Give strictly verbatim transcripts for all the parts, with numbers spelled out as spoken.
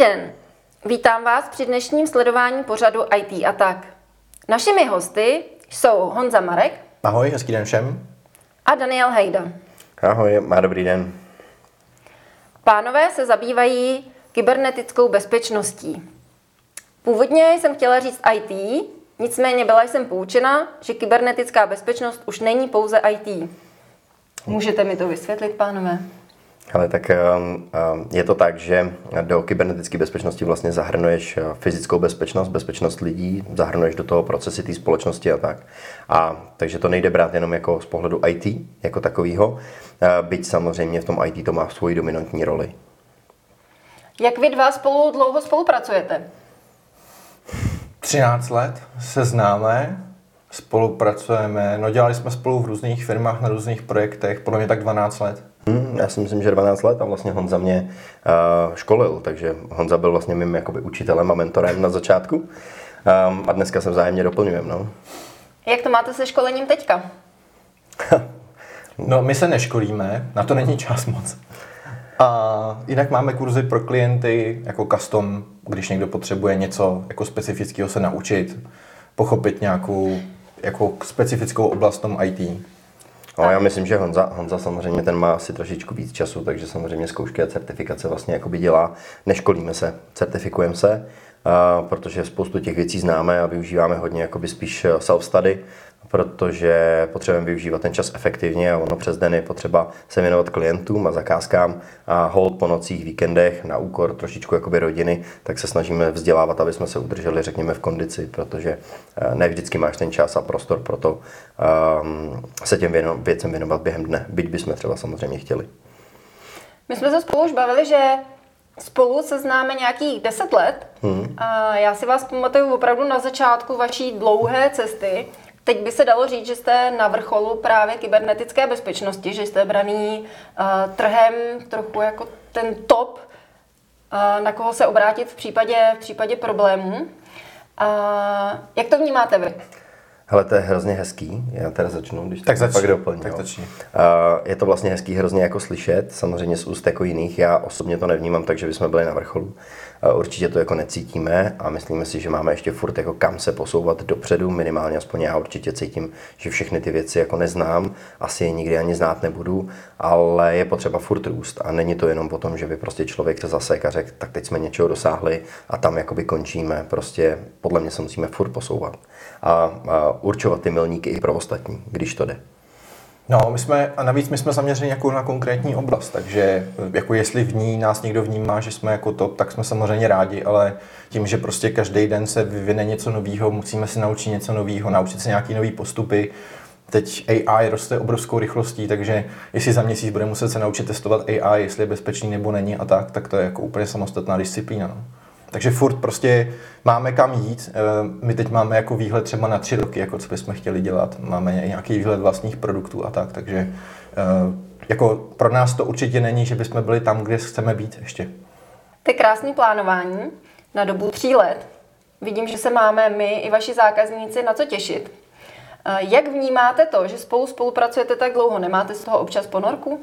den, vítám vás při dnešním sledování pořadu í té a tak. Našimi hosty jsou Honza Marek. Ahoj, hezký den všem. A Daniel Hejda. Ahoj, má dobrý den. Pánové se zabývají kybernetickou bezpečností. Původně jsem chtěla říct í té, nicméně byla jsem poučena, že kybernetická bezpečnost už není pouze í té. Můžete mi to vysvětlit, pánové? Ale tak je to tak, že do kybernetické bezpečnosti vlastně zahrnuješ fyzickou bezpečnost, bezpečnost lidí, zahrnuješ do toho procesy té společnosti a tak. A takže to nejde brát jenom jako z pohledu í té, jako takového, byť samozřejmě v tom í té to má svoji dominantní roli. Jak vy dva spolu dlouho spolupracujete? třináct let se známe, spolupracujeme, no dělali jsme spolu v různých firmách, na různých projektech, podle mě tak dvanáct let. Hmm, já si myslím, že dvanáct let a vlastně Honza mě uh, školil, takže Honza byl vlastně mým jakoby učitelem a mentorem na začátku um, a dneska se vzájemně doplňujeme. No. Jak to máte se školením teďka? No, my se neškolíme, na to není čas moc. A jinak máme kurzy pro klienty jako custom, když někdo potřebuje něco jako specifického se naučit, pochopit nějakou jako specifickou oblast v tom í té. No, já myslím, že Honza, Honza samozřejmě ten má asi trošičku víc času, takže samozřejmě zkoušky a certifikace vlastně jakoby dělá. Neškolíme se, certifikujeme se, uh, protože spoustu těch věcí známe a využíváme hodně jakoby spíš self-study, protože potřebujeme využívat ten čas efektivně a ono přes den je potřeba se věnovat klientům a zakázkám a hold po nocích, víkendech na úkor trošičku jakoby rodiny, tak se snažíme vzdělávat, aby jsme se udrželi, řekněme, v kondici, protože ne vždycky máš ten čas a prostor pro to um, se těm věno, věcem věnovat během dne, byť bychom třeba samozřejmě chtěli. My jsme se spolu už bavili, že spolu se známe nějakých deset let hmm. a já si vás pamatuju opravdu na začátku vaší dlouhé cesty. Teď by se dalo říct, že jste na vrcholu právě kybernetické bezpečnosti, že jste braný uh, trhem trochu jako ten top, uh, na koho se obrátit v případě, v případě problémů. Uh, jak to vnímáte vy? Hele, to je hrozně hezký. Já teda začnu, když tak tak pak doplním. Tak začni. Uh, je to vlastně hezký hrozně jako slyšet, samozřejmě z úst jako jiných. Já osobně to nevnímám, takže bychom byli na vrcholu. Uh, určitě to jako necítíme a myslíme si, že máme ještě furt jako kam se posouvat dopředu, minimálně aspoň já určitě cítím, že všechny ty věci jako neznám, asi je nikdy ani znát nebudu, ale je potřeba furt růst a není to jenom o tom, že by prostě člověk se zasek a řekl, tak teď jsme něčeho dosáhli a tam jakoby končíme. Prostě podle mě se musíme furt posouvat a, a určovat ty milníky i pro ostatní, když to jde. No, my jsme, a navíc my jsme zaměřeni jako na konkrétní oblast, takže jako jestli v ní nás někdo vnímá, že jsme jako top, tak jsme samozřejmě rádi, ale tím, že prostě každý den se vyvine něco nového, musíme si naučit něco nového, naučit se nějaký nový postupy. Teď á í roste obrovskou rychlostí, takže jestli za měsíc bude muset se naučit testovat á í, jestli je bezpečný nebo není a tak, tak to je jako úplně samostatná disciplína. No. Takže furt prostě máme kam jít. My teď máme jako výhled třeba na tři roky, jako co bychom chtěli dělat. Máme nějaký výhled vlastních produktů a tak, takže jako pro nás to určitě není, že bychom byli tam, kde chceme být ještě. To je krásný plánování na dobu tří let. Vidím, že se máme my i vaši zákazníci na co těšit. Jak vnímáte to, že spolu spolupracujete tak dlouho? Nemáte z toho občas ponorku?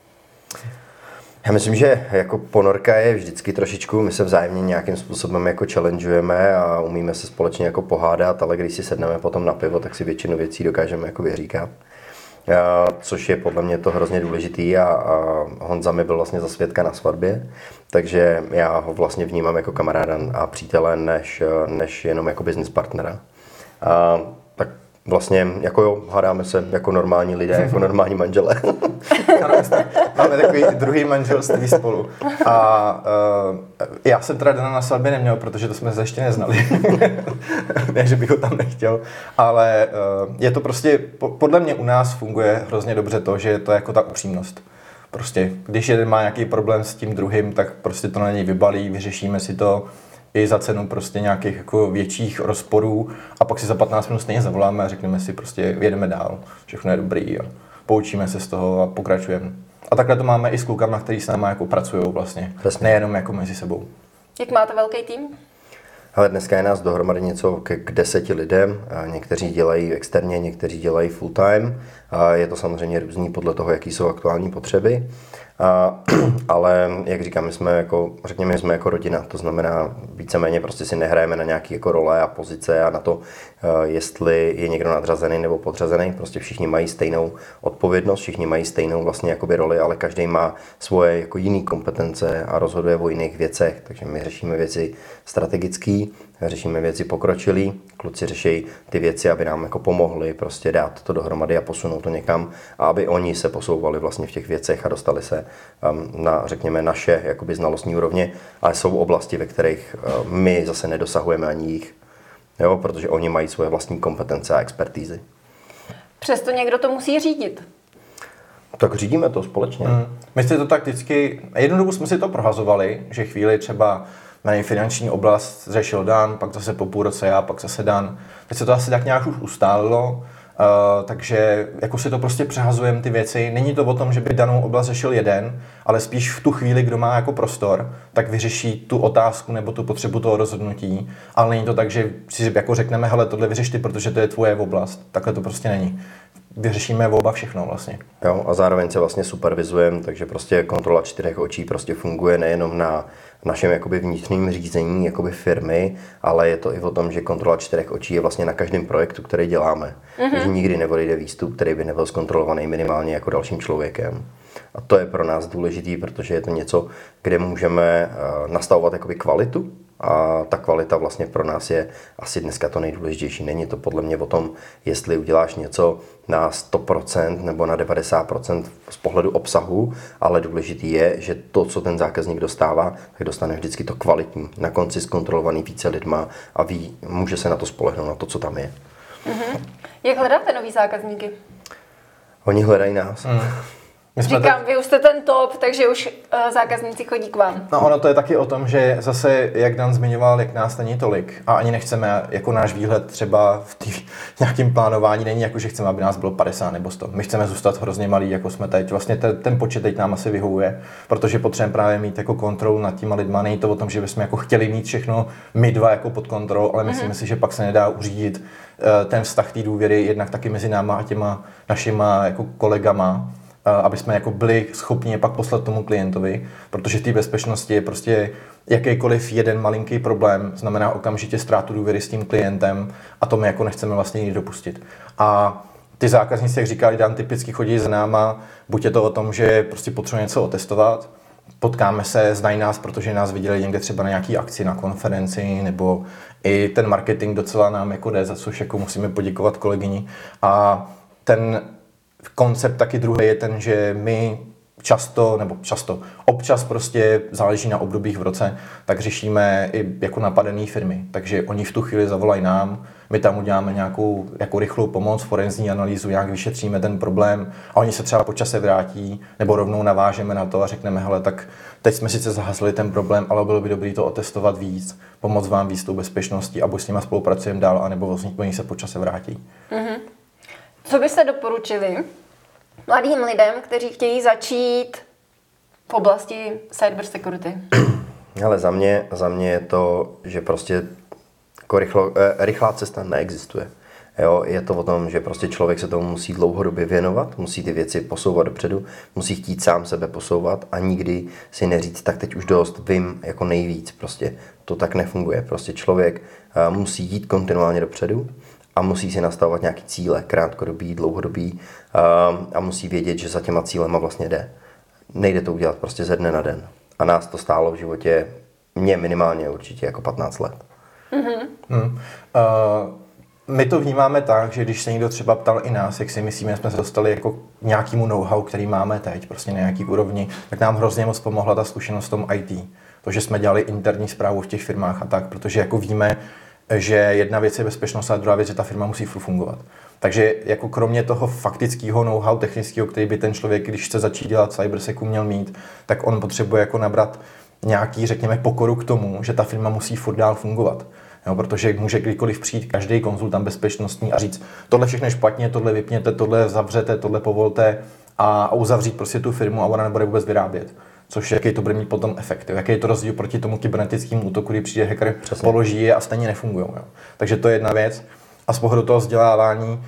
Já myslím, že jako ponorka je vždycky trošičku, my se vzájemně nějakým způsobem jako challengeujeme a umíme se společně jako pohádat, ale když si sedneme potom na pivo, tak si většinu věcí dokážeme jako vyříkat. A, což je podle mě to hrozně důležitý a, a Honza mi byl vlastně za svědka na svatbě, takže já ho vlastně vnímám jako kamaráda a přítele, než, než jenom jako business partnera. A, tak vlastně jako jo, hádáme se jako normální lidé, jako normální manželé. Ano, máme takový druhý manželství spolu. A uh, já jsem teda Dana na svatbě neměl, protože to jsme se ještě neznali. Ne, že bych ho tam nechtěl. Ale uh, je to prostě, po, podle mě u nás funguje hrozně dobře to, že je to jako ta upřímnost. Prostě, když jeden má nějaký problém s tím druhým, tak prostě to na něj vybalí, vyřešíme si to i za cenu prostě nějakých jako větších rozporů a pak si za patnáct minut stejně zavoláme a řekneme si prostě jedeme dál, všechno je dobrý a poučíme se z toho a pokračujeme. A takhle to máme i s klukama, kteří s náma jako pracují vlastně, Přesně. nejenom jako mezi sebou. Jak máte velký tým? Ale dneska je nás dohromady něco k, k deseti lidem. Někteří dělají externě, někteří dělají full time. Je to samozřejmě různý podle toho, jaký jsou aktuální potřeby. A, ale jak říkám, my jsme jako, řekněme, jsme jako rodina, to znamená víceméně prostě si nehrajeme na nějaké jako role a pozice a na to, jestli je někdo nadřazený nebo podřazený, prostě všichni mají stejnou odpovědnost, všichni mají stejnou vlastně jakoby roli, ale každý má svoje jako jiné kompetence a rozhoduje o jiných věcech, takže my řešíme věci strategické, řešíme věci pokročilé, kluci řeší ty věci, aby nám jako pomohli prostě dát to dohromady a posunout to někam a aby oni se posouvali vlastně v těch věcech a dostali se um, na, řekněme, naše jakoby znalostní úrovně, ale jsou oblasti, ve kterých uh, my zase nedosahujeme ani jich, jo, protože oni mají svoje vlastní kompetence a expertízy. Přesto někdo to musí řídit. Tak řídíme to společně. Hmm. My si to tak vždycky, jednu dobu jsme si to prohazovali, že chvíli třeba na finanční oblast řešil Dan, pak zase po půl roce já, pak zase Dan. Teď se to asi tak nějak už ustálilo, uh, takže jako si to prostě přehazujeme ty věci. Není to o tom, že by danou oblast řešil jeden, ale spíš v tu chvíli, kdo má jako prostor, tak vyřeší tu otázku nebo tu potřebu toho rozhodnutí. Ale není to tak, že si jako řekneme, hele, tohle vyřeš ty, protože to je tvoje oblast. Takhle to prostě není. Vyřešíme oba všechno vlastně. Jo, a zároveň se vlastně supervizujeme, takže prostě kontrola čtyřech očí prostě funguje nejenom na našem jakoby vnitřním řízení jakoby firmy, ale je to i o tom, že kontrola čtyřech očí je vlastně na každém projektu, který děláme. Mm-hmm. Takže nikdy neodejde výstup, který by nebyl zkontrolovaný minimálně jako dalším člověkem. A to je pro nás důležitý, protože je to něco, kde můžeme nastavovat jakoby kvalitu. A ta kvalita vlastně pro nás je asi dneska to nejdůležitější. Není to podle mě o tom, jestli uděláš něco na sto procent nebo na devadesát procent z pohledu obsahu, ale důležitý je, že to, co ten zákazník dostává, tak dostane vždycky to kvalitní, na konci zkontrolovaný více lidma a ví, může se na to spolehnout, na to, co tam je. Mm-hmm. Jak hledáte nový zákazníky? Oni hledají nás. Mm. Říkám, tak... vy už jste ten top, takže už uh, zákazníci chodí k vám. No ono to je taky o tom, že zase, jak Dan zmiňoval, jak nás není tolik a ani nechceme, jako náš výhled třeba v tý, nějakým plánování není jako, že chceme, aby nás bylo padesát nebo sto. My chceme zůstat hrozně malý, jako jsme teď. Vlastně ten, ten počet teď nám asi vyhovuje, protože potřebujeme právě mít jako kontrolu nad těma lidma. Není to o tom, že bychom jako chtěli mít všechno my dva jako pod kontrolou, ale myslíme mm-hmm. si, že pak se nedá uřídit uh, ten vztah té důvěry jednak taky mezi náma a těma našima jako kolegama, aby jsme jako byli schopni je pak poslat tomu klientovi, protože v té bezpečnosti je prostě jakýkoliv jeden malinký problém, znamená okamžitě ztrátu důvěry s tím klientem a to my jako nechceme vlastně nikdy dopustit. A ty zákazníci, jak říkali Dan, typicky chodí za náma, buď je to o tom, že prostě potřebujeme něco otestovat, potkáme se, znají nás, protože nás viděli někde třeba na nějaký akci, na konferenci, nebo i ten marketing docela nám jako jde, za což jako musíme poděkovat kolegyni. A ten koncept taky druhý je ten, že my často, nebo často, občas prostě záleží na obdobích v roce, tak řešíme i jako napadené firmy. Takže oni v tu chvíli zavolají nám, my tam uděláme nějakou jako rychlou pomoc, forenzní analýzu, nějak vyšetříme ten problém a oni se třeba po čase vrátí, nebo rovnou navážeme na to a řekneme, hele, tak teď jsme sice zahasli ten problém, ale bylo by dobré to otestovat víc, pomoct vám víc tou bezpečností a buď s nimi spolupracujeme dál, anebo oni se po čase vrátí. Mm-hmm. Co byste doporučili mladým lidem, kteří chtějí začít v oblasti cybersecurity? Ale za mě, za mě je to, že prostě jako rychlo, eh, rychlá cesta neexistuje. Jo, je to o tom, že prostě člověk se tomu musí dlouhodobě věnovat, musí ty věci posouvat dopředu, musí chtít sám sebe posouvat a nikdy si neříct, tak teď už dost, vím jako nejvíc. Prostě to tak nefunguje. Prostě člověk eh, musí jít kontinuálně dopředu a musí si nastavovat nějaké cíle, krátkodobý, dlouhodobý a musí vědět, že za těma cílema vlastně jde. Nejde to udělat prostě ze dne na den. A nás to stálo v životě, mě minimálně určitě jako patnáct let. Mm-hmm. Hmm. Uh, my to vnímáme tak, že když se někdo třeba ptal i nás, jak si myslíme, jsme se dostali jako nějakému know-how, který máme teď, prostě na nějaký úrovni, tak nám hrozně moc pomohla ta zkušenost v tom í té. To, že jsme dělali interní správu v těch firmách a tak, protože jako víme, že jedna věc je bezpečnost a druhá věc, že ta firma musí fungovat. Takže jako kromě toho faktického know-how technického, který by ten člověk, když chce začít dělat cyberseku, měl mít, tak on potřebuje jako nabrat nějaký, řekněme, pokoru k tomu, že ta firma musí furt dál fungovat. Jo, protože může kdykoliv přijít každý konzultant bezpečnostní a říct, tohle všechno je špatně, tohle vypněte, tohle zavřete, tohle povolte a uzavřít prostě tu firmu a ona nebude vůbec vyrábět. Což jaký to bude mít potom efekt, jaký je to rozdíl proti tomu kybernetickému útoku, kdy přijde hacker, položí je a stejně nefungují. Jo. Takže to je jedna věc. A z pohledu toho vzdělávání,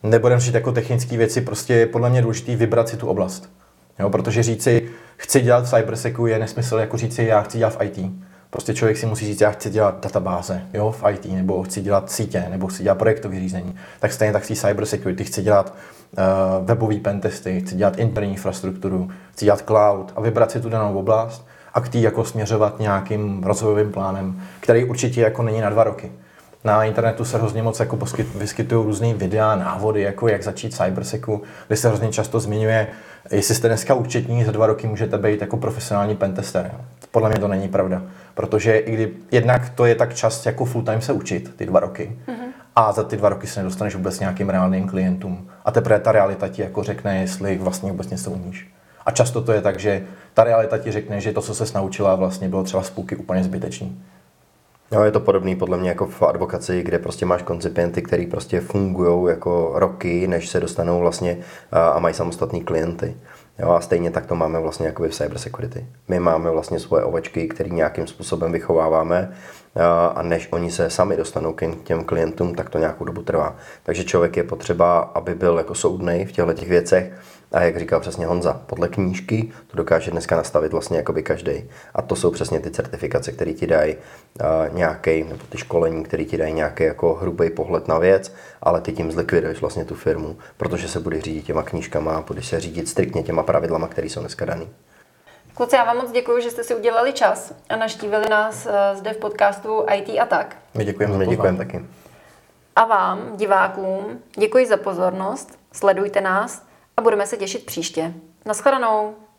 nebudeme řešit jako technické věci, prostě je podle mě důležité vybrat si tu oblast. Jo, protože říci, chci dělat v cybersecu je nesmysl jako říci, já chci dělat v í té. Prostě člověk si musí říct, já chci dělat databáze, jo, v í té, nebo chci dělat sítě, nebo chci dělat projektové řízení. Tak stejně tak chci cybersecurity, chci dělat uh, webový pentesty, chci dělat interní infrastrukturu, chci dělat cloud a vybrat si tu danou oblast a k té jako směřovat nějakým rozvojovým plánem, který určitě jako není na dva roky. Na internetu se hrozně moc jako poskyt, vyskytují různý videa, návody, jako jak začít cybersecu, kde se hrozně často zmiňuje, jestli jste dneska účetní, za dva roky můžete být jako profesionální pentester. Podle mě to není pravda, protože i kdy jednak to je tak čas jako full time se učit, ty dva roky, mm-hmm. a za ty dva roky se nedostaneš vůbec nějakým reálným klientům. A teprve ta realita ti jako řekne, jestli vlastně vůbec něco umíš. A často to je tak, že ta realita ti řekne, že to, co ses naučila, vlastně bylo třeba z půlky úplně zbytečný. No, je to podobný podle mě jako v advokaci, kde prostě máš koncipienty, který prostě fungují jako roky, než se dostanou vlastně a mají samostatný klienty. Jo, a stejně tak to máme vlastně jako v cybersecurity. My máme vlastně svoje ovečky, které nějakým způsobem vychováváme a než oni se sami dostanou k těm klientům, tak to nějakou dobu trvá. Takže člověk je potřeba, aby byl jako soudnej v těchto těch věcech. A jak říkal přesně Honza, podle knížky to dokáže dneska nastavit vlastně jakoby každý. A to jsou přesně ty certifikace, které ti dají uh, nějaký, nebo ty školení, které ti dají nějaký jako hrubý pohled na věc, ale ty tím zlikviduješ vlastně tu firmu, protože se budeš řídit těma knížkama a budeš se řídit striktně těma pravidlama, které jsou dneska daný. Kluci, já vám moc děkuji, že jste si udělali čas a navštívili nás zde v podcastu í té a tak. My děkujeme. My děkujeme taky. A vám, divákům, děkuji za pozornost, sledujte nás a budeme se těšit příště. Naschledanou.